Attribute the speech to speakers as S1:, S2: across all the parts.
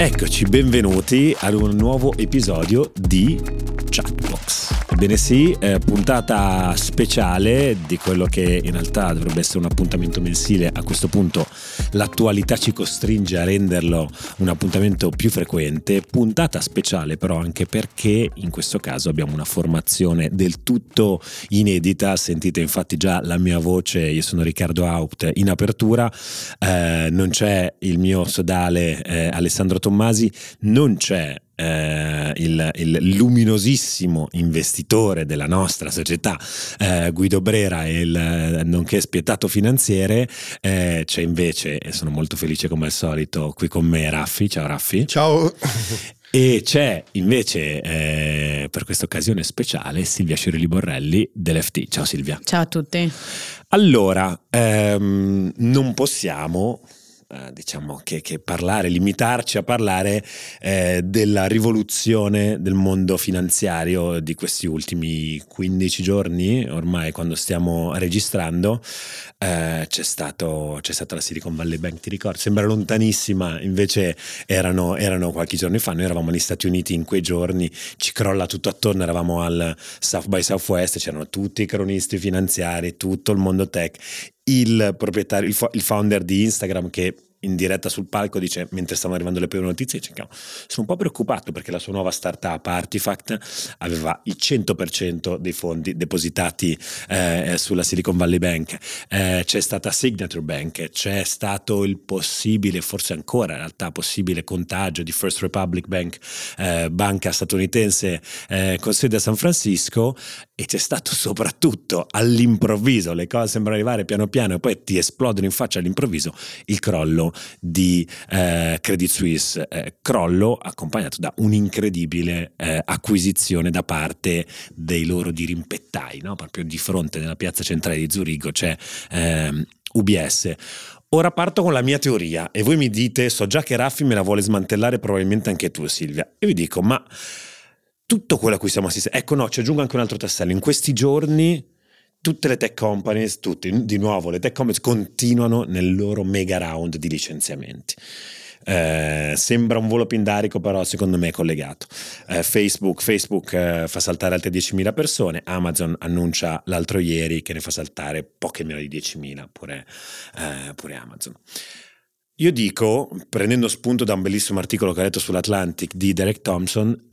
S1: Eccoci, benvenuti ad un nuovo episodio di Chatbox. Ebbene sì, puntata speciale di quello che in realtà dovrebbe essere un appuntamento mensile. A questo punto l'attualità ci costringe a renderlo un appuntamento più frequente. Puntata speciale però anche perché in questo caso abbiamo una formazione del tutto inedita. Sentite infatti già la mia voce, io sono Riccardo Haupt in apertura, non c'è il mio sodale Alessandro Tommasi, non c'è il luminosissimo investitore della nostra società Guido Brera e il nonché spietato finanziere, c'è invece, e sono molto felice come al solito, qui con me Raffi. Ciao Raffi.
S2: Ciao.
S1: E c'è invece per questa occasione speciale Silvia Scirilli Borrelli dell'FT. Ciao Silvia.
S3: Ciao a tutti.
S1: Allora, non possiamo diciamo che limitarci a parlare della rivoluzione del mondo finanziario di questi ultimi 15 giorni ormai, quando stiamo registrando. C'è stata la Silicon Valley Bank, ti ricordi? Sembra lontanissima, invece erano qualche giorno fa. Noi eravamo negli Stati Uniti in quei giorni, ci crolla tutto attorno, eravamo al South by Southwest, c'erano tutti i cronisti finanziari, tutto il mondo tech, il proprietario, il founder di Instagram che in diretta sul palco dice, mentre stavano arrivando le prime notizie, sono un po' preoccupato perché la sua nuova startup Artifact aveva il 100% dei fondi depositati sulla Silicon Valley Bank. C'è stata Signature Bank, c'è stato il possibile, forse ancora in realtà possibile, contagio di First Republic Bank, banca statunitense con sede a San Francisco, e c'è stato soprattutto all'improvviso, le cose sembrano arrivare piano piano e poi ti esplodono in faccia all'improvviso, il crollo di Credit Suisse, crollo accompagnato da un'incredibile acquisizione da parte dei loro dirimpettai, no? Proprio di fronte nella piazza centrale di Zurigo c'è UBS. Ora parto con la mia teoria e voi mi dite, so già che Raffi me la vuole smantellare, probabilmente anche tu Silvia, e vi dico, ma tutto quello a cui stiamo assistendo, ecco no, ci aggiungo anche un altro tassello, in questi giorni tutte le tech companies, le tech companies continuano nel loro mega round di licenziamenti. Sembra un volo pindarico, però secondo me è collegato. Facebook fa saltare altre 10.000 persone, Amazon annuncia l'altro ieri che ne fa saltare poche meno di 10.000, pure Amazon. Io dico, prendendo spunto da un bellissimo articolo che ho letto sull'Atlantic di Derek Thompson,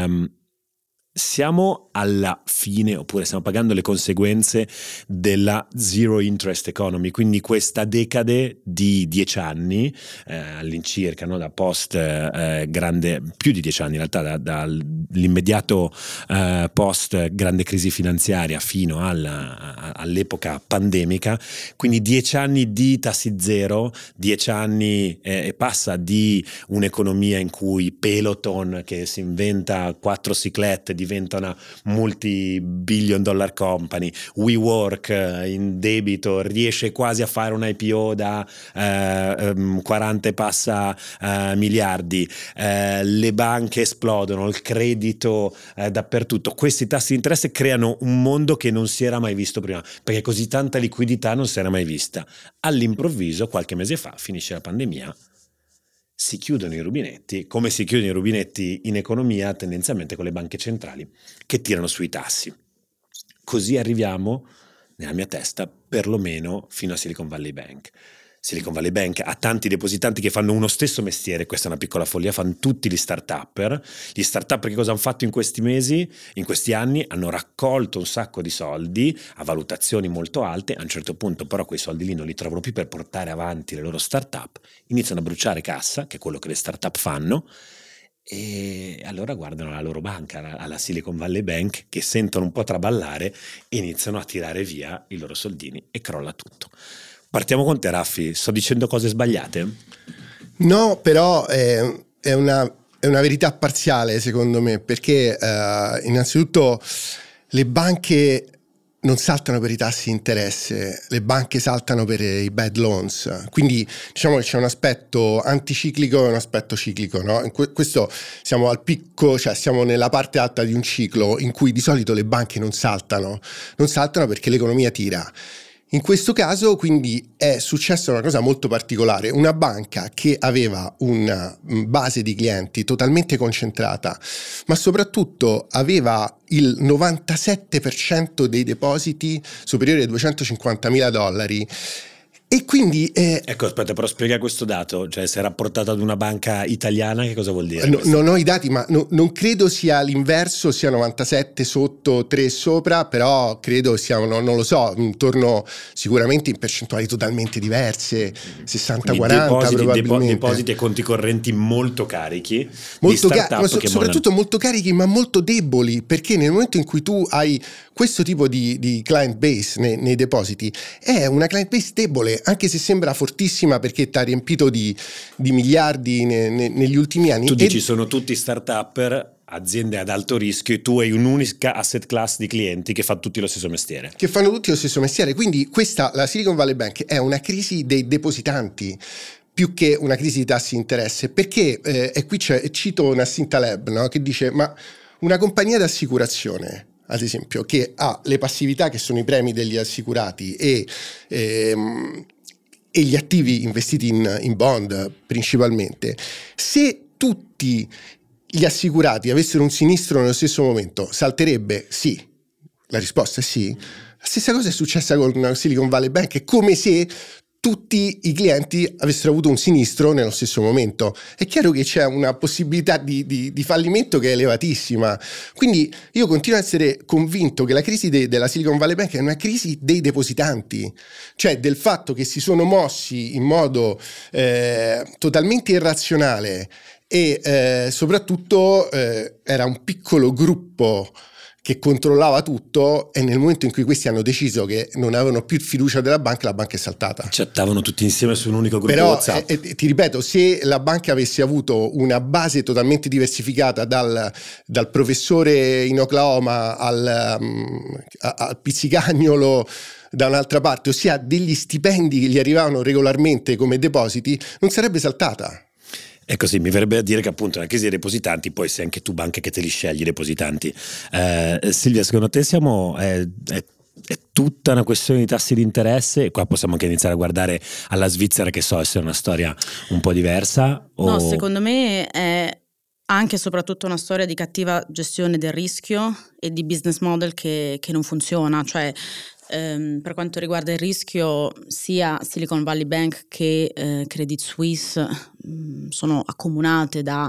S1: siamo alla fine, oppure stiamo pagando le conseguenze della zero interest economy, quindi questa decade di 10 anni all'incirca, no? Da post grande, più di 10 anni in realtà, dall'immediato post grande crisi finanziaria fino all'epoca pandemica, quindi 10 anni di tassi zero, 10 anni e passa di un'economia in cui Peloton, che si inventa 4 ciclette, diventa una multi-billion dollar company, WeWork in debito riesce quasi a fare un IPO da 40 e passa miliardi, le banche esplodono, il credito dappertutto. Questi tassi di interesse creano un mondo che non si era mai visto prima, perché così tanta liquidità non si era mai vista. All'improvviso, qualche mese fa, finisce la pandemia, si chiudono i rubinetti, come si chiudono i rubinetti in economia tendenzialmente con le banche centrali che tirano sui tassi. Così arriviamo, nella mia testa, perlomeno fino a Silicon Valley Bank. Silicon Valley Bank ha tanti depositanti che fanno uno stesso mestiere, questa è una piccola follia, fanno tutti gli start-upper. Gli start-up che cosa hanno fatto in questi mesi, in questi anni? Hanno raccolto un sacco di soldi a valutazioni molto alte, a un certo punto però quei soldi lì non li trovano più per portare avanti le loro start-up, iniziano a bruciare cassa, che è quello che le start-up fanno, e allora guardano la loro banca, alla Silicon Valley Bank, che sentono un po' traballare e iniziano a tirare via i loro soldini e crolla tutto. Partiamo con te Raffi, sto dicendo cose sbagliate?
S2: No, però è una verità parziale secondo me, perché innanzitutto le banche non saltano per i tassi di interesse, le banche saltano per i bad loans, quindi diciamo che c'è un aspetto anticiclico e un aspetto ciclico, no? Questo siamo al picco, cioè siamo nella parte alta di un ciclo in cui di solito le banche non saltano perché l'economia tira. In questo caso quindi è successa una cosa molto particolare, una banca che aveva una base di clienti totalmente concentrata, ma soprattutto aveva il 97% dei depositi superiori ai $250.000. E quindi
S1: ecco, aspetta, però spiega questo dato, cioè se è rapportato ad una banca italiana, che cosa vuol dire?
S2: Non ho i dati, ma non credo sia l'inverso, sia 97 sotto 3 sopra, però credo siano, non lo so, intorno sicuramente in percentuali totalmente diverse, 60-40 probabilmente.
S1: Depositi e conti correnti molto carichi,
S2: molto soprattutto molto carichi, ma molto deboli, perché nel momento in cui tu hai questo tipo di client base nei depositi, è una client base debole, anche se sembra fortissima perché ti ha riempito di miliardi negli ultimi anni.
S1: Tu dici sono tutti start-upper, aziende ad alto rischio, e tu hai un'unica asset class di clienti che fa tutti lo stesso mestiere.
S2: Che fanno tutti lo stesso mestiere, quindi la Silicon Valley Bank è una crisi dei depositanti più che una crisi di tassi di interesse, perché e qui cito Nassim Taleb, no? Che dice: ma una compagnia d'assicurazione, ad esempio, che ha le passività che sono i premi degli assicurati e gli attivi investiti in bond principalmente, se tutti gli assicurati avessero un sinistro nello stesso momento, salterebbe? Sì. La risposta è sì. La stessa cosa è successa con Silicon Valley Bank, è come se tutti i clienti avessero avuto un sinistro nello stesso momento. È chiaro che c'è una possibilità di fallimento che è elevatissima. Quindi io continuo a essere convinto che la crisi della Silicon Valley Bank è una crisi dei depositanti, cioè del fatto che si sono mossi in modo totalmente irrazionale e soprattutto era un piccolo gruppo che controllava tutto, e nel momento in cui questi hanno deciso che non avevano più fiducia della banca, la banca è saltata.
S1: Chattavano tutti insieme su un unico gruppo
S2: però,
S1: WhatsApp.
S2: Ti ripeto, se la banca avesse avuto una base totalmente diversificata dal professore in Oklahoma al pizzicagnolo da un'altra parte, ossia degli stipendi che gli arrivavano regolarmente come depositi, non sarebbe saltata.
S1: È così, mi verrebbe a dire che appunto nella crisi dei depositanti poi sei anche tu banca che te li scegli i depositanti. Silvia, secondo te è tutta una questione di tassi di interesse? Qua possiamo anche iniziare a guardare alla Svizzera, che so essere una storia un po' diversa?
S3: No, secondo me è anche e soprattutto una storia di cattiva gestione del rischio e di business model che non funziona, cioè per quanto riguarda il rischio, sia Silicon Valley Bank che Credit Suisse sono accomunate da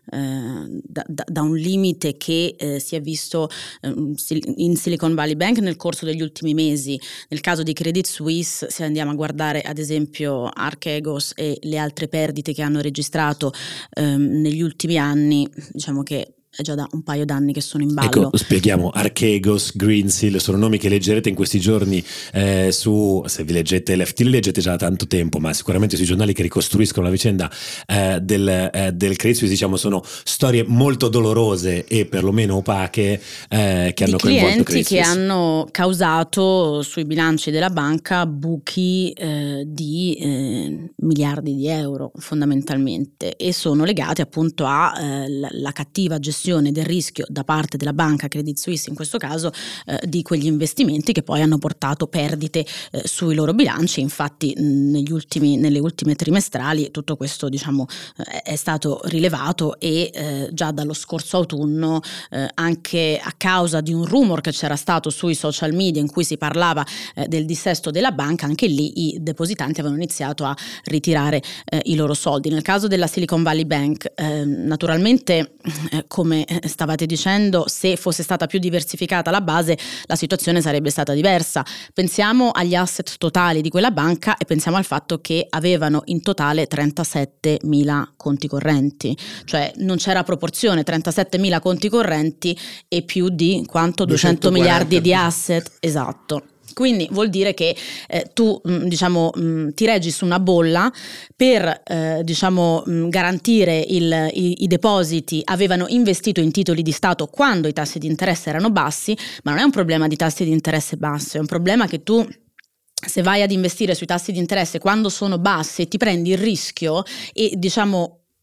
S3: un limite che si è visto in Silicon Valley Bank nel corso degli ultimi mesi. Nel caso di Credit Suisse, se andiamo a guardare ad esempio Archegos e le altre perdite che hanno registrato negli ultimi anni, diciamo che è già da un paio d'anni che sono in ballo.
S1: Ecco, spieghiamo. Archegos, Greensill sono nomi che leggerete in questi giorni se vi leggete l'FT, li leggete già da tanto tempo, ma sicuramente sui giornali che ricostruiscono la vicenda del Credit Suisse, diciamo, sono storie molto dolorose e perlomeno opache che hanno coinvolto Credit Suisse,
S3: che hanno causato sui bilanci della banca buchi di miliardi di euro fondamentalmente, e sono legati appunto alla cattiva gestione del rischio da parte della banca Credit Suisse, in questo caso di quegli investimenti che poi hanno portato perdite sui loro bilanci. Infatti nelle ultime trimestrali tutto questo, diciamo, è stato rilevato e già dallo scorso autunno, anche a causa di un rumor che c'era stato sui social media in cui si parlava del dissesto della banca, anche lì i depositanti avevano iniziato a ritirare i loro soldi. Nel caso della Silicon Valley Bank, naturalmente come stavate dicendo, se fosse stata più diversificata la base, la situazione sarebbe stata diversa. Pensiamo agli asset totali di quella banca e pensiamo al fatto che avevano in totale 37.000 conti correnti, cioè non c'era proporzione 37.000 conti correnti e più di quanto? 200 miliardi di asset, esatto. Quindi vuol dire che tu ti reggi su una bolla per garantire i depositi. Avevano investito in titoli di Stato quando i tassi di interesse erano bassi, ma non è un problema di tassi di interesse bassi, è un problema che tu, se vai ad investire sui tassi di interesse quando sono bassi, ti prendi il rischio e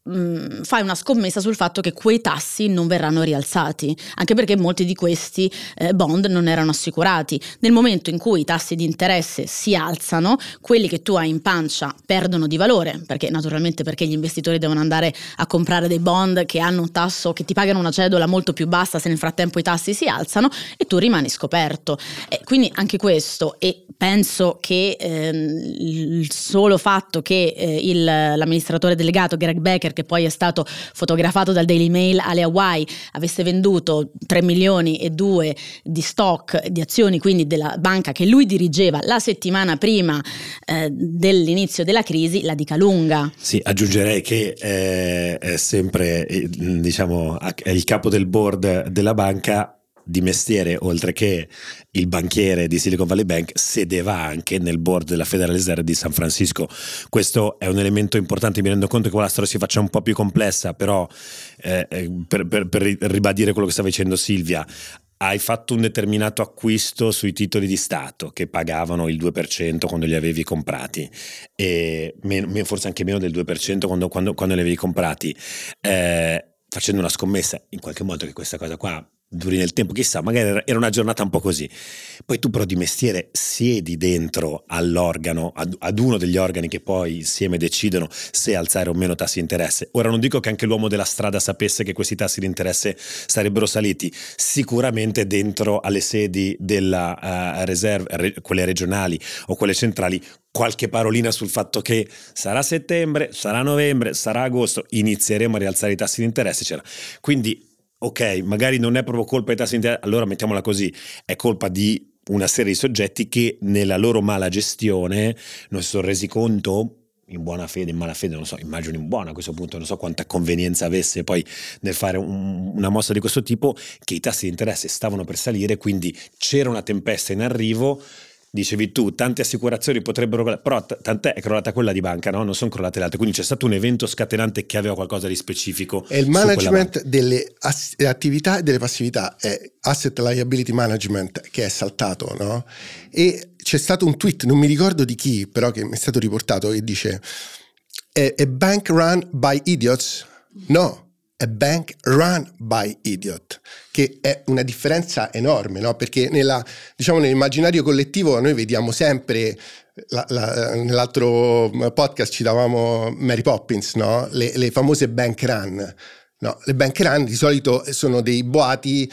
S3: fai una scommessa sul fatto che quei tassi non verranno rialzati, anche perché molti di questi bond non erano assicurati. Nel momento in cui i tassi di interesse si alzano, quelli che tu hai in pancia perdono di valore, perché naturalmente perché gli investitori devono andare a comprare dei bond che hanno un tasso, che ti pagano una cedola molto più bassa se nel frattempo i tassi si alzano, e tu rimani scoperto. Quindi anche questo, e penso che il solo fatto che l'amministratore delegato Greg Becker, che poi è stato fotografato dal Daily Mail alle Hawaii, avesse venduto 3 milioni e 2 di stock di azioni, quindi della banca che lui dirigeva la settimana prima dell'inizio della crisi, la dica lunga.
S1: Sì, aggiungerei che è sempre, diciamo, è il capo del board della banca di mestiere, oltre che il banchiere di Silicon Valley Bank, sedeva anche nel board della Federal Reserve di San Francisco. Questo è un elemento importante. Mi rendo conto che la storia si faccia un po' più complessa, però per ribadire quello che stava dicendo Silvia, hai fatto un determinato acquisto sui titoli di Stato che pagavano il 2% quando li avevi comprati, e forse anche meno del 2% quando li avevi comprati, facendo una scommessa in qualche modo che questa cosa qua duri nel tempo, chissà, magari era una giornata un po' così. Poi tu però di mestiere siedi dentro all'organo, ad uno degli organi che poi insieme decidono se alzare o meno tassi di interesse. Ora non dico che anche l'uomo della strada sapesse che questi tassi di interesse sarebbero saliti, sicuramente dentro alle sedi della Reserve, quelle regionali o quelle centrali, qualche parolina sul fatto che sarà settembre, sarà novembre, sarà agosto, inizieremo a rialzare i tassi di interesse, c'era. Quindi ok, magari non è proprio colpa dei tassi di interesse, allora mettiamola così, è colpa di una serie di soggetti che nella loro mala gestione non si sono resi conto, in buona fede, in mala fede, non so, immagino in buona a questo punto, non so quanta convenienza avesse poi nel fare una mossa di questo tipo, che i tassi di interesse stavano per salire, quindi c'era una tempesta in arrivo. Dicevi tu, tante assicurazioni potrebbero, però tant'è, è crollata quella di banca, no? Non sono crollate le altre, quindi c'è stato un evento scatenante che aveva qualcosa di specifico.
S2: E il management delle attività e delle passività, è asset liability management, che è saltato, no? E c'è stato un tweet, non mi ricordo di chi, però che mi è stato riportato, che dice: a bank run by idiots? No, a bank run by idiot, che è una differenza enorme, no? Perché nell'immaginario collettivo noi vediamo sempre, nell'altro podcast citavamo Mary Poppins, no? Le famose bank run. No, le bank run di solito sono dei boati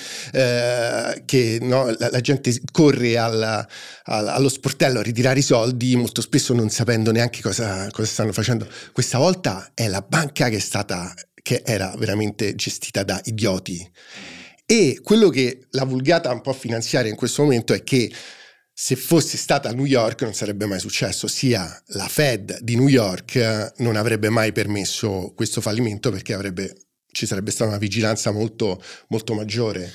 S2: che, no, la gente corre allo sportello a ritirare i soldi, molto spesso non sapendo neanche cosa stanno facendo. Questa volta è la banca che era veramente gestita da idioti. E quello che la vulgata un po' finanziaria in questo momento è che se fosse stata a New York non sarebbe mai successo, ossia la Fed di New York non avrebbe mai permesso questo fallimento, perché ci sarebbe stata una vigilanza molto, molto maggiore.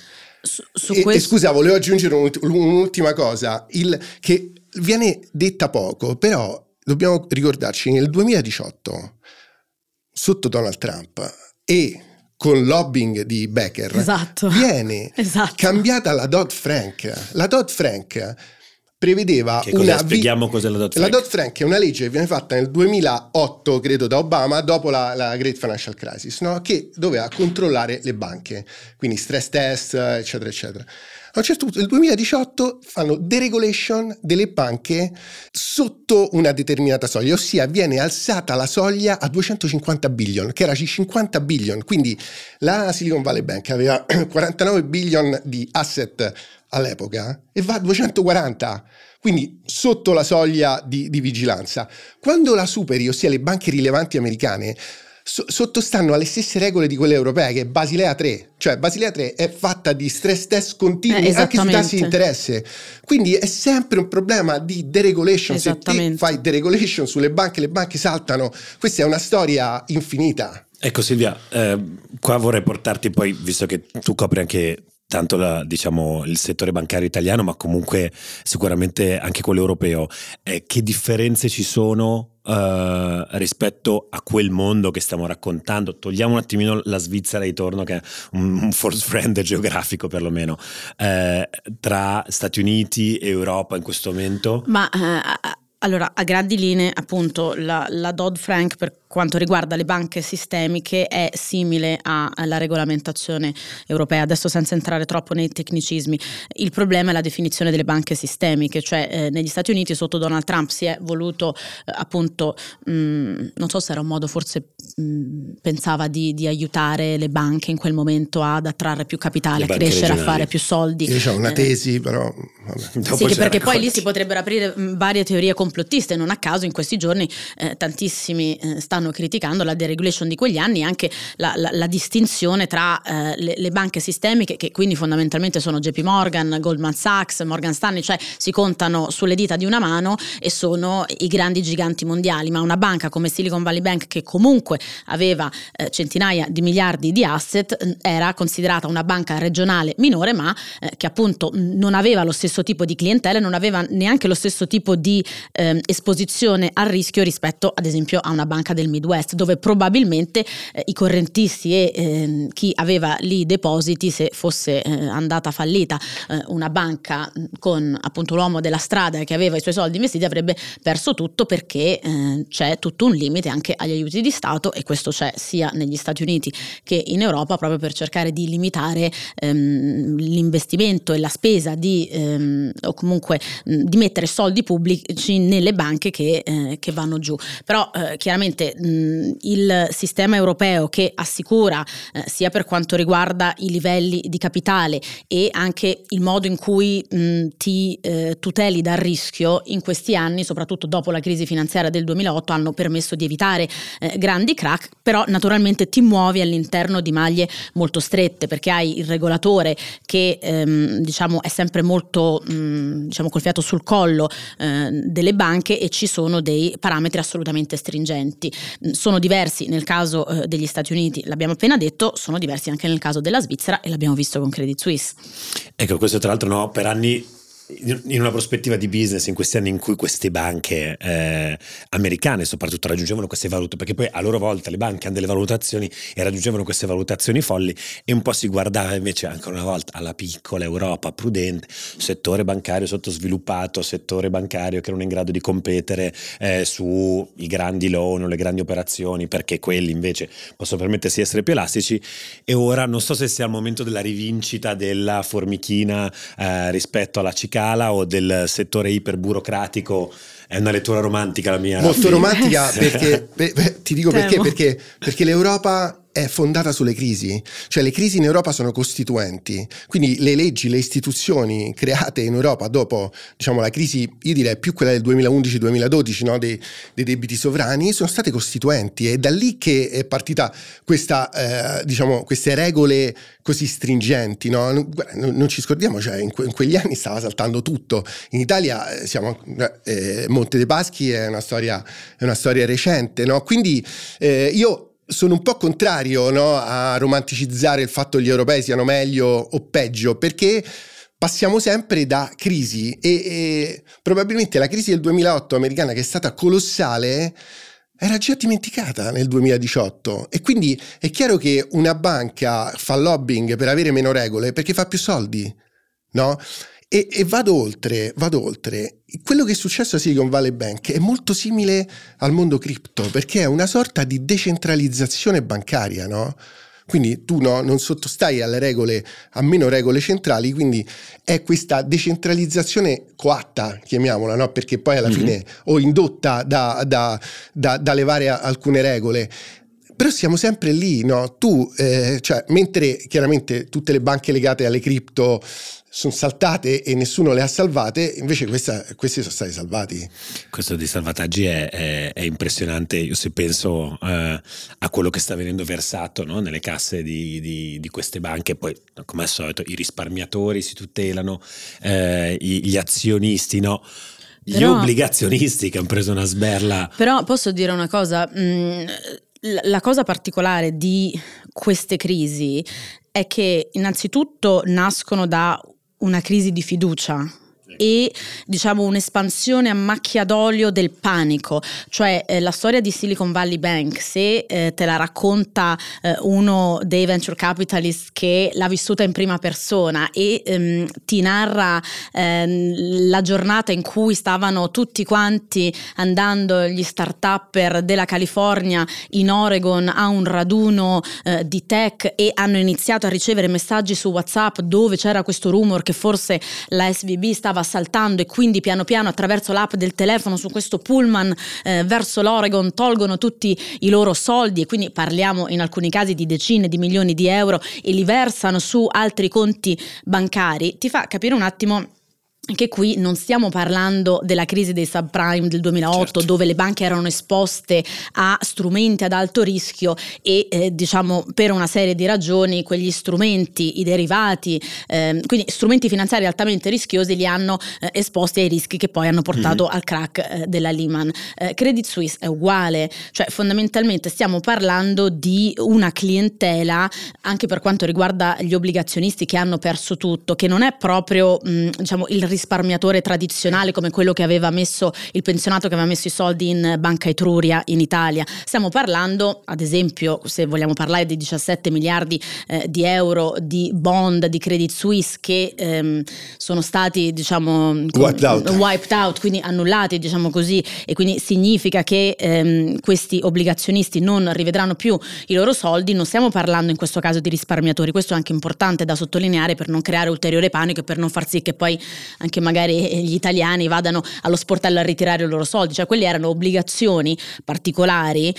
S2: E scusa, volevo aggiungere un'ultima cosa, che viene detta poco, però dobbiamo ricordarci, nel 2018, sotto Donald Trump e con lobbying di Becker,
S3: esatto,
S2: viene cambiata la Dodd-Frank. La Dodd-Frank prevedeva
S1: spieghiamo cos'è la Dodd-Frank.
S2: La Dodd-Frank è una legge che viene fatta nel 2008, credo, da Obama, dopo la Great Financial Crisis, no? Che doveva controllare le banche, quindi stress test, eccetera, eccetera. A un certo punto, nel 2018, fanno deregulation delle banche sotto una determinata soglia, ossia viene alzata la soglia a 250 billion, che era 50 billion, quindi la Silicon Valley Bank aveva 49 billion di asset all'epoca e va a 240, quindi sotto la soglia di vigilanza. Quando la superi, ossia le banche rilevanti americane sottostanno alle stesse regole di quelle europee, che è Basilea 3, cioè Basilea 3 è fatta di stress test continui anche sui tassi di interesse, quindi è sempre un problema di deregulation. Se te fai deregulation sulle banche, le banche saltano. Questa è una storia infinita.
S1: Ecco Silvia, qua vorrei portarti poi, visto che tu copri anche tanto il settore bancario italiano, ma comunque sicuramente anche quello europeo, che differenze ci sono rispetto a quel mondo che stiamo raccontando? Togliamo un attimino la Svizzera di torno, che è un force friend geografico perlomeno, tra Stati Uniti e Europa in questo momento.
S3: Ma Allora, a grandi linee, appunto, la Dodd-Frank per quanto riguarda le banche sistemiche è simile alla regolamentazione europea, adesso senza entrare troppo nei tecnicismi. Il problema è la definizione delle banche sistemiche, cioè negli Stati Uniti sotto Donald Trump si è voluto appunto, non so se era un modo, forse pensava di aiutare le banche in quel momento ad attrarre più capitale, a crescere, regionali, a fare più soldi.
S2: Io ho una tesi, però
S3: vabbè. Sì, perché poi lì si potrebbero aprire varie teorie complottiste, non a caso in questi giorni tantissimi stanno criticando la deregulation di quegli anni, anche la distinzione tra le banche sistemiche, che quindi fondamentalmente sono JP Morgan, Goldman Sachs, Morgan Stanley, cioè si contano sulle dita di una mano e sono i grandi giganti mondiali, ma una banca come Silicon Valley Bank, che comunque aveva centinaia di miliardi di asset, era considerata una banca regionale minore, ma che appunto non aveva lo stesso tipo di clientela, non aveva neanche lo stesso tipo di esposizione al rischio rispetto ad esempio a una banca del Midwest, dove probabilmente i correntisti e chi aveva lì depositi, se fosse andata fallita una banca con appunto l'uomo della strada che aveva i suoi soldi investiti, avrebbe perso tutto, perché c'è tutto un limite anche agli aiuti di Stato, e questo c'è sia negli Stati Uniti che in Europa, proprio per cercare di limitare l'investimento e la spesa o comunque di mettere soldi pubblici nelle banche che vanno giù. Però chiaramente il sistema europeo, che assicura sia per quanto riguarda i livelli di capitale e anche il modo in cui ti tuteli dal rischio, in questi anni, soprattutto dopo la crisi finanziaria del 2008, hanno permesso di evitare grandi crack, però naturalmente ti muovi all'interno di maglie molto strette, perché hai il regolatore che diciamo è sempre molto diciamo col fiato sul collo delle banche, e ci sono dei parametri assolutamente stringenti. Sono diversi nel caso degli Stati Uniti, l'abbiamo appena detto, sono diversi anche nel caso della Svizzera, e l'abbiamo visto con Credit Suisse.
S1: Ecco, questo tra l'altro per anni, in una prospettiva di business, in questi anni in cui queste banche americane soprattutto raggiungevano queste valutazioni, perché poi a loro volta le banche hanno delle valutazioni e raggiungevano queste valutazioni folli, e un po' si guardava invece ancora una volta alla piccola Europa prudente, settore bancario sottosviluppato, settore bancario che non è in grado di competere sui grandi loan o le grandi operazioni, perché quelli invece possono permettersi di essere più elastici. E ora non so se sia il momento della rivincita della formichina rispetto alla cicala, o del settore iperburocratico. È una lettura romantica la mia.
S2: Molto romantica, perché ti dico perché l'Europa è fondata sulle crisi, cioè le crisi in Europa sono costituenti, quindi le leggi, le istituzioni create in Europa dopo, diciamo, la crisi, io direi più quella del 2011-2012, no? dei debiti sovrani, sono state costituenti, e da lì che è partita questa, diciamo, queste regole così stringenti, no? Non ci scordiamo, cioè in quegli anni stava saltando tutto. In Italia Monte dei Paschi è una storia recente, no? Quindi io sono un po' contrario, no, a romanticizzare il fatto che gli europei siano meglio o peggio, perché passiamo sempre da crisi e probabilmente la crisi del 2008 americana, che è stata colossale, era già dimenticata nel 2018, e quindi è chiaro che una banca fa lobbying per avere meno regole perché fa più soldi, no? E vado oltre. Quello che è successo a Silicon Valley Bank è molto simile al mondo cripto, perché è una sorta di decentralizzazione bancaria, no? Quindi tu non sottostai alle regole, a meno regole centrali, quindi è questa decentralizzazione coatta, chiamiamola, no? Perché poi alla fine, o indotta da levare alcune regole. Però siamo sempre lì, no? Cioè, mentre chiaramente tutte le banche legate alle cripto sono saltate e nessuno le ha salvate, invece questi sono stati salvati. Questo
S1: dei salvataggi è impressionante. Io se penso a quello che sta venendo versato, no, nelle casse di queste banche, poi come al solito i risparmiatori si tutelano, gli azionisti, no? Gli obbligazionisti che hanno preso una sberla.
S3: Però posso dire una cosa, la cosa particolare di queste crisi è che innanzitutto nascono da una crisi di fiducia e diciamo un'espansione a macchia d'olio del panico, cioè la storia di Silicon Valley Bank, se te la racconta uno dei venture capitalist che l'ha vissuta in prima persona e ti narra la giornata in cui stavano tutti quanti andando gli start-upper della California in Oregon a un raduno di tech e hanno iniziato a ricevere messaggi su WhatsApp dove c'era questo rumor che forse la SVB stava assaltando, e quindi piano piano attraverso l'app del telefono su questo pullman verso l'Oregon tolgono tutti i loro soldi, e quindi parliamo in alcuni casi di decine di milioni di euro, e li versano su altri conti bancari. Ti fa capire un attimo che qui non stiamo parlando della crisi dei subprime del 2008, certo, dove le banche erano esposte a strumenti ad alto rischio e diciamo per una serie di ragioni quegli strumenti, i derivati, quindi strumenti finanziari altamente rischiosi, li hanno esposti ai rischi che poi hanno portato al crack della Lehman. Credit Suisse è uguale, cioè fondamentalmente stiamo parlando di una clientela, anche per quanto riguarda gli obbligazionisti che hanno perso tutto, che non è proprio diciamo il risparmiatore tradizionale come quello che aveva messo il pensionato, che aveva messo i soldi in Banca Etruria in Italia. Stiamo parlando, ad esempio, se vogliamo parlare di 17 miliardi di euro di bond di Credit Suisse che sono stati diciamo wiped out, quindi annullati, diciamo così, e quindi significa che questi obbligazionisti non rivedranno più i loro soldi. Non stiamo parlando in questo caso di risparmiatori, questo è anche importante da sottolineare per non creare ulteriore panico e per non far sì che poi anche magari gli italiani vadano allo sportello a ritirare i loro soldi. Cioè quelli erano obbligazioni particolari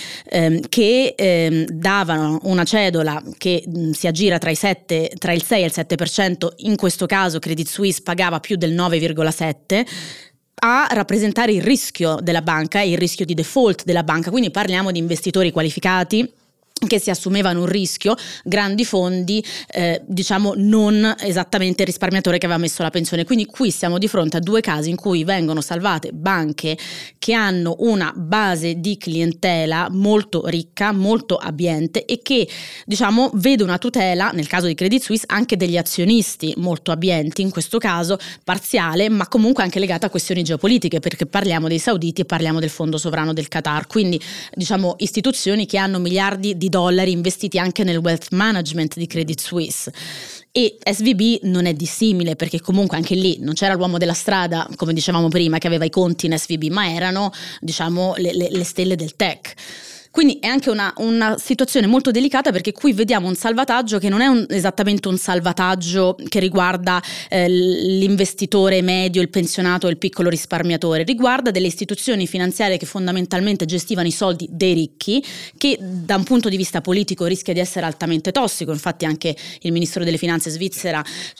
S3: che davano una cedola che si aggira tra il 6 e il 7%, in questo caso Credit Suisse pagava più del 9,7%, a rappresentare il rischio della banca e il rischio di default della banca. Quindi parliamo di investitori qualificati che si assumevano un rischio, grandi fondi, diciamo non esattamente il risparmiatore che aveva messo la pensione. Quindi qui siamo di fronte a due casi in cui vengono salvate banche che hanno una base di clientela molto ricca, molto abbiente, e che diciamo vede una tutela, nel caso di Credit Suisse, anche degli azionisti molto abbienti, in questo caso parziale, ma comunque anche legata a questioni geopolitiche, perché parliamo dei sauditi e parliamo del fondo sovrano del Qatar. Quindi diciamo istituzioni che hanno miliardi di dollari investiti anche nel wealth management di Credit Suisse. E SVB non è dissimile, perché comunque anche lì non c'era l'uomo della strada, come dicevamo prima, che aveva i conti in SVB, ma erano diciamo le stelle del tech. Quindi è anche una situazione molto delicata, perché qui vediamo un salvataggio che non è esattamente un salvataggio che riguarda l'investitore medio, il pensionato o il piccolo risparmiatore, riguarda delle istituzioni finanziarie che fondamentalmente gestivano i soldi dei ricchi, che da un punto di vista politico rischia di essere altamente tossico. Infatti anche il ministro delle finanze svizzero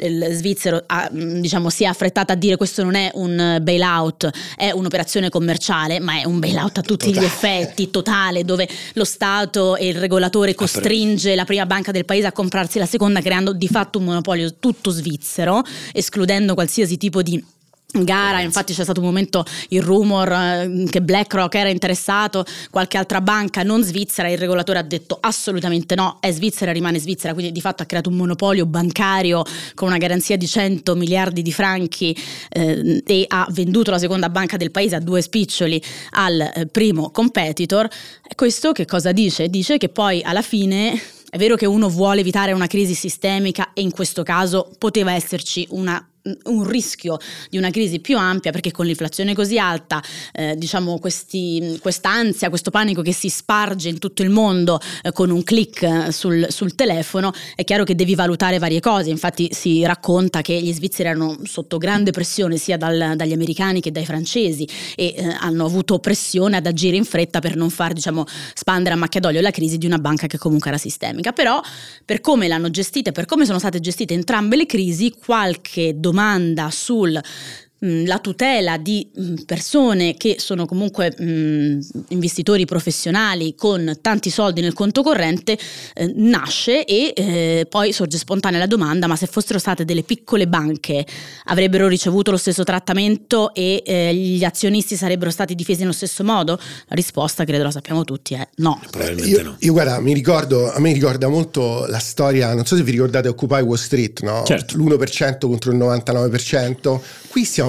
S3: diciamo si è affrettato a dire: questo non è un bailout, è un'operazione commerciale, ma è un bailout a tutti gli effetti, totale, dove lo Stato e il regolatore costringe la prima banca del paese a comprarsi la seconda, creando di fatto un monopolio tutto svizzero, escludendo qualsiasi tipo di gara. Infatti c'è stato un momento il rumor che BlackRock era interessato, qualche altra banca non svizzera, il regolatore ha detto assolutamente no, è Svizzera, rimane Svizzera. Quindi di fatto ha creato un monopolio bancario con una garanzia di 100 miliardi di franchi e ha venduto la seconda banca del paese a due spiccioli al primo competitor. Questo che cosa dice? Dice che poi alla fine è vero che uno vuole evitare una crisi sistemica, e in questo caso poteva esserci un rischio di una crisi più ampia, perché con l'inflazione così alta, diciamo quest'ansia, questo panico che si sparge in tutto il mondo con un click sul telefono, è chiaro che devi valutare varie cose. Infatti si racconta che gli svizzeri erano sotto grande pressione sia dagli americani che dai francesi, e hanno avuto pressione ad agire in fretta per non far diciamo spandere a macchia d'olio la crisi di una banca che comunque era sistemica. Però per come l'hanno gestita, per come sono state gestite entrambe le crisi, qualche domanda sul la tutela di persone che sono comunque investitori professionali con tanti soldi nel conto corrente nasce, e poi sorge spontanea la domanda: ma se fossero state delle piccole banche avrebbero ricevuto lo stesso trattamento e gli azionisti sarebbero stati difesi nello stesso modo? La risposta, credo la sappiamo tutti, è no.
S1: Probabilmente no.
S2: Io guarda, a me ricorda molto la storia, non so se vi ricordate Occupy Wall Street, no?
S1: Certo.
S2: L'1% contro il 99%. Qui stiamo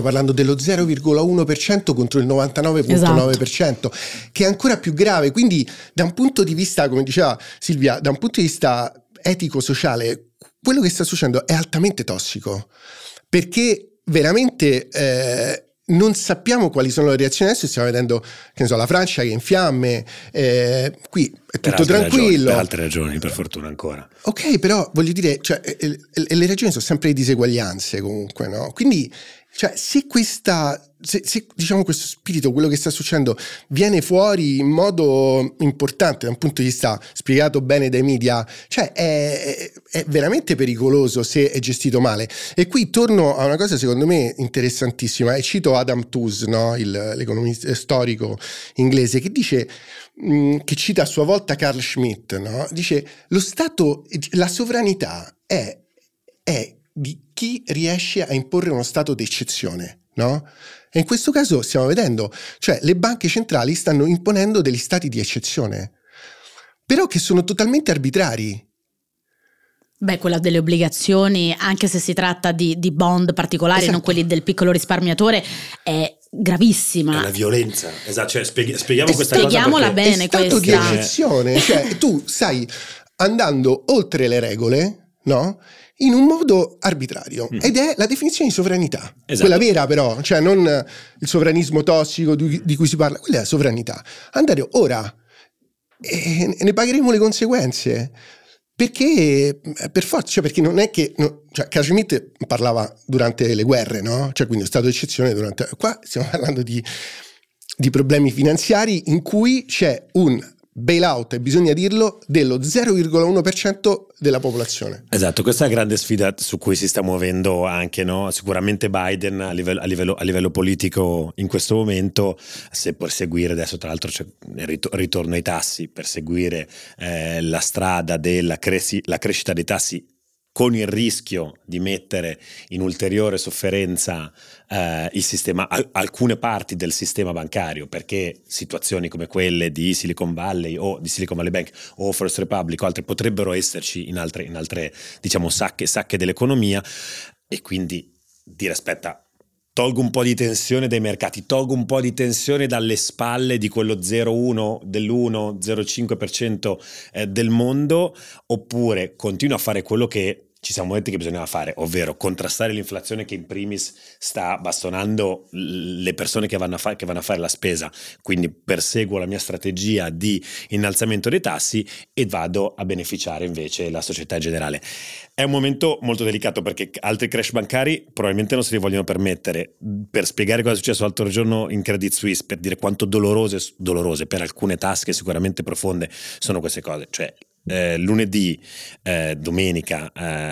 S2: parlando dello 0,1% contro il 99,9%, che è ancora più grave. Quindi da un punto di vista, come diceva Silvia, da un punto di vista etico-sociale, quello che sta succedendo è altamente tossico, perché veramente non sappiamo quali sono le reazioni. Adesso stiamo vedendo, che ne so, la Francia che è in fiamme, qui è tutto tranquillo.
S1: Per altre ragioni, per fortuna ancora.
S2: Ok, però voglio dire, cioè, le ragioni sono sempre le diseguaglianze comunque, no? Quindi, cioè, se diciamo questo spirito, quello che sta succedendo, viene fuori in modo importante da un punto di vista spiegato bene dai media, cioè è veramente pericoloso se è gestito male. E qui torno a una cosa secondo me interessantissima, e cito Adam Tooze, no? L'economista storico inglese, che dice, che cita a sua volta Carl Schmitt, no? Dice: lo Stato, la sovranità è di chi riesce a imporre uno stato d'eccezione, no? E in questo caso stiamo vedendo, cioè le banche centrali stanno imponendo degli stati di eccezione, però che sono totalmente arbitrari.
S3: Beh, quella delle obbligazioni, anche se si tratta di bond particolari, esatto, non quelli del piccolo risparmiatore, è gravissima.
S1: È una violenza, esatto, cioè spieghiamo questa cosa.
S3: Spieghiamola bene,
S2: è stato di eccezione, cioè tu stai andando oltre le regole, no? In un modo arbitrario, ed è la definizione di sovranità, esatto, quella vera però, cioè non il sovranismo tossico di cui si parla, quella è la sovranità. Andare ora e ne pagheremo le conseguenze, perché per forza, cioè perché non è che cioè Carl Schmitt parlava durante le guerre, no? Cioè quindi è stato eccezione durante, qua stiamo parlando di problemi finanziari in cui c'è un bailout, e bisogna dirlo, dello 0,1% della popolazione.
S1: Esatto, questa è la grande sfida su cui si sta muovendo anche, no? Sicuramente Biden a livello politico in questo momento, se per seguire, adesso tra l'altro c'è il ritorno ai tassi, per seguire la strada della la crescita dei tassi, con il rischio di mettere in ulteriore sofferenza il sistema, alcune parti del sistema bancario, perché situazioni come quelle di Silicon Valley o di Silicon Valley Bank o First Republic o altre potrebbero esserci in altre diciamo sacche dell'economia, e quindi dire aspetta, tolgo un po' di tensione dai mercati, tolgo un po' di tensione dalle spalle di quello 0,1, dell'1, 0,5% del mondo, oppure continuo a fare quello che ci siamo detti che bisognava fare, ovvero contrastare l'inflazione che in primis sta bastonando le persone che vanno a fare la spesa, quindi perseguo la mia strategia di innalzamento dei tassi e vado a beneficiare invece la società in generale. È un momento molto delicato perché altri crash bancari probabilmente non se li vogliono permettere. Per spiegare cosa è successo l'altro giorno in Credit Suisse, per dire quanto dolorose per alcune tasche sicuramente profonde sono queste cose, cioè lunedì, domenica,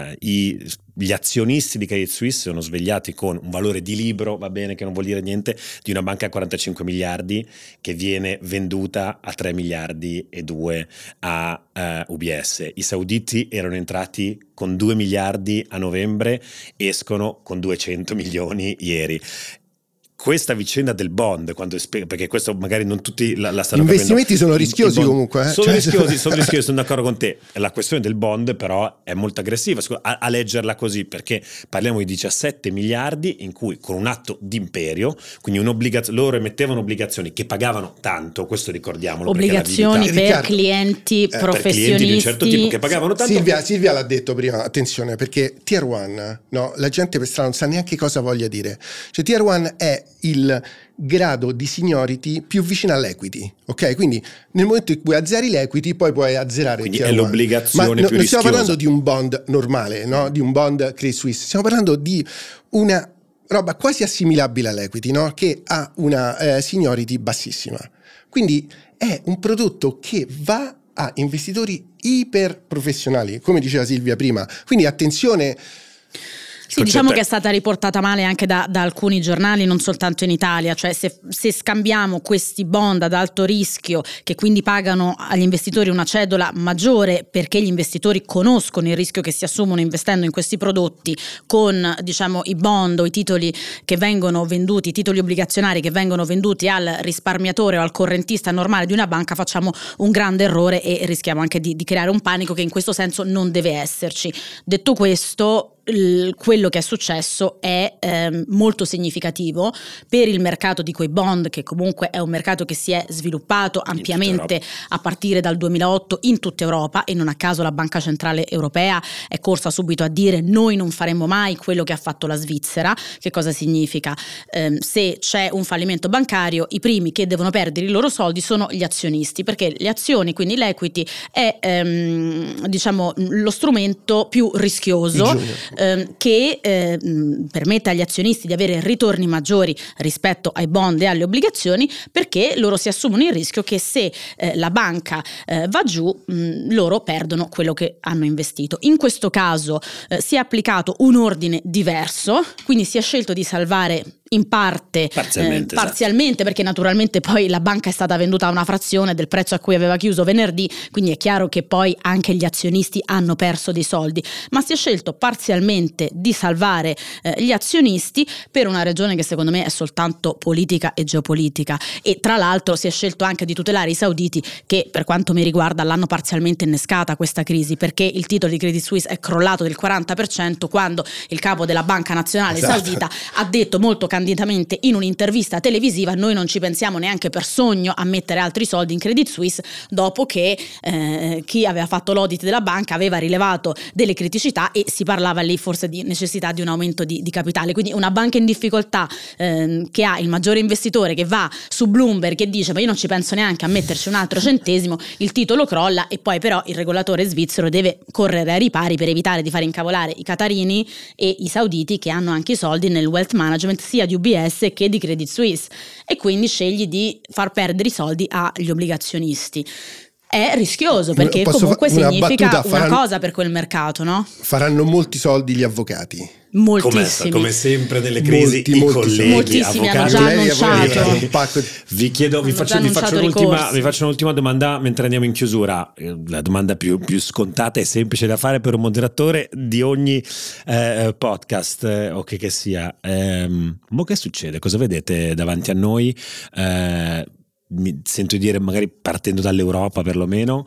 S1: gli azionisti di Credit Suisse sono svegliati con un valore di libro, va bene che non vuol dire niente, di una banca a 45 miliardi che viene venduta a 3 miliardi e 2 a UBS. I sauditi erano entrati con 2 miliardi a novembre, escono con 200 milioni ieri. Questa vicenda del bond, perché questo magari non tutti la stanno capendo.
S2: Gli investimenti sono rischiosi comunque.
S1: Sono rischiosi, sono d'accordo con te. La questione del bond però è molto aggressiva a leggerla così, perché parliamo di 17 miliardi in cui con un atto d'imperio, quindi loro emettevano obbligazioni che pagavano tanto, questo ricordiamolo.
S3: Obbligazioni per clienti professionisti. Per clienti di un certo tipo
S1: che pagavano tanto.
S2: Silvia l'ha detto prima, attenzione, perché Tier 1, no, la gente per strada non sa neanche cosa voglia dire. Cioè Tier 1 è il grado di seniority più vicino all'equity, ok? Quindi nel momento in cui azzeri l'equity poi puoi azzerare
S1: quindi
S2: il Tier
S1: 1. È l'obbligazione più rischiosa.
S2: Non stiamo parlando di un bond normale, no? Di un bond Credit Suisse, stiamo parlando di una roba quasi assimilabile all'equity, no? Che ha una seniority bassissima, quindi è un prodotto che va a investitori iper professionali, come diceva Silvia prima, quindi attenzione.
S3: Sì, diciamo che è stata riportata male anche da alcuni giornali, non soltanto in Italia, cioè se scambiamo questi bond ad alto rischio che quindi pagano agli investitori una cedola maggiore perché gli investitori conoscono il rischio che si assumono investendo in questi prodotti, con diciamo i bond o i titoli che vengono venduti, i titoli obbligazionari che vengono venduti al risparmiatore o al correntista normale di una banca, facciamo un grande errore e rischiamo anche di creare un panico che in questo senso non deve esserci. Detto questo, quello che è successo è molto significativo per il mercato di quei bond, che comunque è un mercato che si è sviluppato ampiamente a partire dal 2008 in tutta Europa, e non a caso la Banca Centrale Europea è corsa subito a dire noi non faremo mai quello che ha fatto la Svizzera. Che cosa significa? Se c'è un fallimento bancario, i primi che devono perdere i loro soldi sono gli azionisti, perché le azioni, quindi l'equity, è diciamo lo strumento più rischioso che permette agli azionisti di avere ritorni maggiori rispetto ai bond e alle obbligazioni, perché loro si assumono il rischio che se la banca va giù, loro perdono quello che hanno investito. In questo caso si è applicato un ordine diverso, quindi si è scelto di salvare in parte parzialmente, perché naturalmente poi la banca è stata venduta a una frazione del prezzo a cui aveva chiuso venerdì, quindi è chiaro che poi anche gli azionisti hanno perso dei soldi, ma si è scelto parzialmente di salvare gli azionisti per una ragione che secondo me è soltanto politica e geopolitica, e tra l'altro si è scelto anche di tutelare i sauditi, che per quanto mi riguarda l'hanno parzialmente innescata questa crisi, perché il titolo di Credit Suisse è crollato del 40% quando il capo della banca nazionale saudita ha detto molto candidamente in un'intervista televisiva: noi non ci pensiamo neanche per sogno a mettere altri soldi in Credit Suisse, dopo che chi aveva fatto l'audit della banca aveva rilevato delle criticità e si parlava lì forse di necessità di un aumento di capitale. Quindi una banca in difficoltà che ha il maggiore investitore che va su Bloomberg e dice ma io non ci penso neanche a metterci un altro centesimo, il titolo crolla, e poi però il regolatore svizzero deve correre ai ripari per evitare di fare incavolare i qatarini e i sauditi, che hanno anche i soldi nel wealth management sia di UBS che di Credit Suisse, e quindi scegli di far perdere i soldi agli obbligazionisti. È rischioso, perché comunque significa una cosa per quel mercato, no?
S2: Faranno molti soldi gli avvocati.
S3: Moltissimi.
S1: Come sempre nelle crisi, i colleghi
S3: moltissimi
S1: avvocati
S3: hanno già annunciato.
S1: Vi faccio un'ultima domanda mentre andiamo in chiusura. La domanda più scontata e semplice da fare per un moderatore di ogni podcast o che sia. Mo che succede? Cosa vedete davanti a noi? Mi sento dire, magari partendo dall'Europa perlomeno,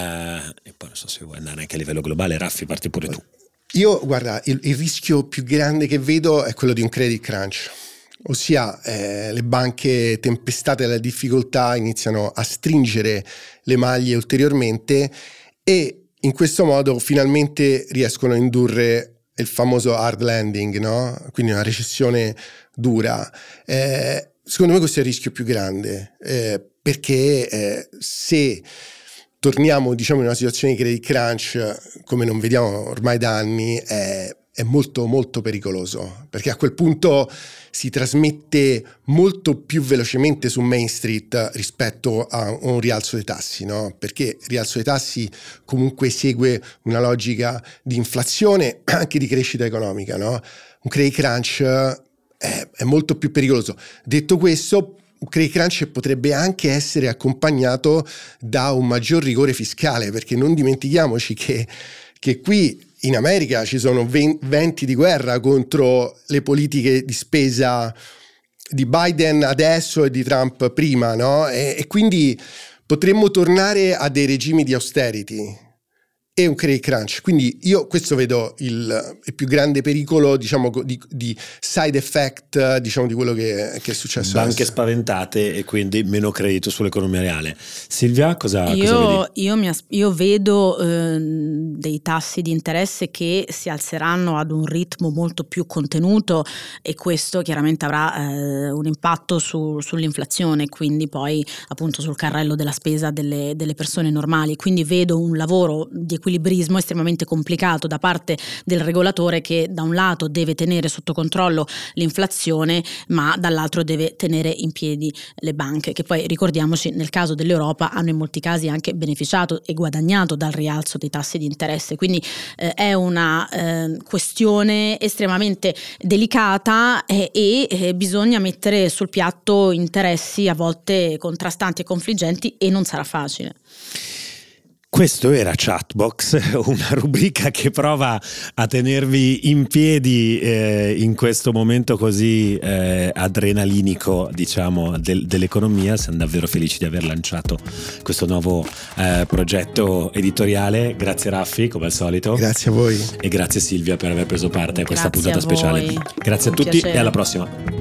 S1: e poi non so se vuoi andare anche a livello globale. Raffi, parti pure tu.
S2: Io, guarda, il rischio più grande che vedo è quello di un credit crunch, ossia le banche tempestate dalla difficoltà iniziano a stringere le maglie ulteriormente e in questo modo finalmente riescono a indurre il famoso hard landing, no? Quindi una recessione dura. Secondo me questo è il rischio più grande, perché se torniamo, diciamo, in una situazione di credit crunch come non vediamo ormai da anni, è molto molto pericoloso, perché a quel punto si trasmette molto più velocemente su Main Street rispetto a un rialzo dei tassi, no? Perché il rialzo dei tassi comunque segue una logica di inflazione, anche di crescita economica, no? Un credit crunch è molto più pericoloso. Detto questo, un credit crunch potrebbe anche essere accompagnato da un maggior rigore fiscale, perché non dimentichiamoci che qui in America ci sono venti di guerra contro le politiche di spesa di Biden adesso e di Trump prima, no? E quindi potremmo tornare a dei regimi di austerity e un credit crunch. Quindi io questo vedo il più grande pericolo, diciamo, di side effect, diciamo, di quello che è successo.
S1: Banche
S2: adesso.
S1: Spaventate e quindi meno credito sull'economia reale. Silvia, cosa vedi?
S3: Io vedo dei tassi di interesse che si alzeranno ad un ritmo molto più contenuto, e questo chiaramente avrà un impatto sull'inflazione, quindi poi appunto sul carrello della spesa delle persone normali. Quindi vedo un lavoro di equilibrismo estremamente complicato da parte del regolatore, che da un lato deve tenere sotto controllo l'inflazione, ma dall'altro deve tenere in piedi le banche, che poi, ricordiamoci, nel caso dell'Europa hanno in molti casi anche beneficiato e guadagnato dal rialzo dei tassi di interesse. Quindi è una questione estremamente delicata e bisogna mettere sul piatto interessi a volte contrastanti e confliggenti, e non sarà facile.
S1: Questo era Chatbox, una rubrica che prova a tenervi in piedi in questo momento così adrenalinico, diciamo, dell'economia. Siamo davvero felici di aver lanciato questo nuovo progetto editoriale. Grazie Raffi, come al solito.
S2: Grazie a voi.
S1: E grazie Silvia per aver preso parte a questa puntata
S3: Grazie a
S1: speciale.
S3: voi.
S1: Grazie a
S3: Un
S1: tutti
S3: piacere.
S1: e alla prossima.